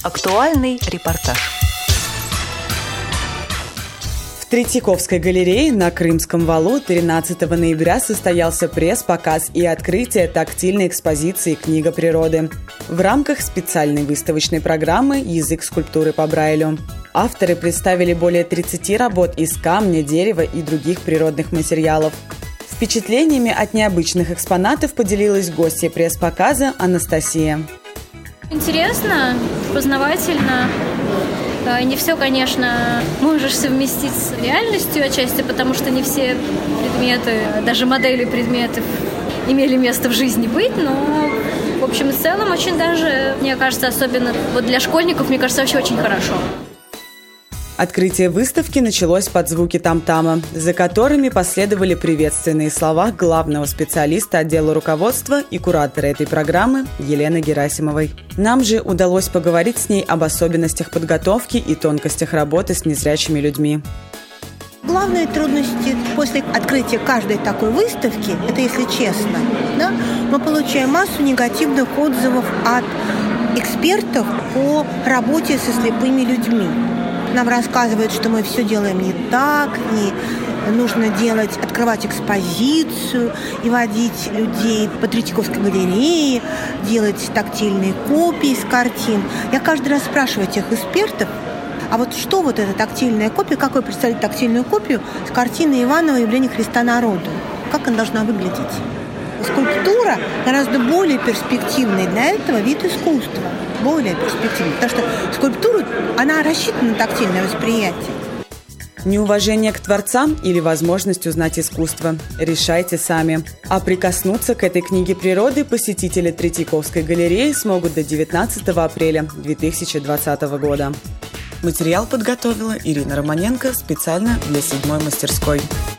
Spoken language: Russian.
Актуальный репортаж. В Третьяковской галерее на Крымском валу 13 ноября состоялся пресс-показ и открытие тактильной экспозиции «Книга природы» в рамках специальной выставочной программы «Язык скульптуры по Брайлю». Авторы представили более 30 работ из камня, дерева и других природных материалов. Впечатлениями от необычных экспонатов поделилась гостья пресс-показа Анастасия. Интересно, познавательно. Не все, конечно, можешь совместить с реальностью отчасти, потому что не все предметы, даже модели предметов имели место в жизни быть, но в общем и целом очень даже, мне кажется, особенно вот для школьников, мне кажется, вообще очень хорошо. Открытие выставки началось под звуки там-тама, за которыми последовали приветственные слова главного специалиста отдела руководства и куратора этой программы Елены Герасимовой. Нам же удалось поговорить с ней об особенностях подготовки и тонкостях работы с незрячими людьми. Главные трудности после открытия каждой такой выставки, это если честно, мы получаем массу негативных отзывов от экспертов по работе со слепыми людьми. Нам рассказывают, что мы все делаем не так, не нужно открывать экспозицию и водить людей по Третьяковской галерее, делать тактильные копии с картин. Я каждый раз спрашиваю этих экспертов, а вот что вот эта тактильная копия, как вы представляете тактильную копию с картины Иванова «Явление Христа народу»? Как она должна выглядеть? Скульптура гораздо более перспективный для этого вид искусства. Более перспективный, потому что скульптура, она рассчитана на тактильное восприятие. Неуважение к творцам или возможность узнать искусство – решайте сами. А прикоснуться к этой книге природы посетители Третьяковской галереи смогут до 19 апреля 2020 года. Материал подготовила Ирина Романенко специально для 7-й мастерской.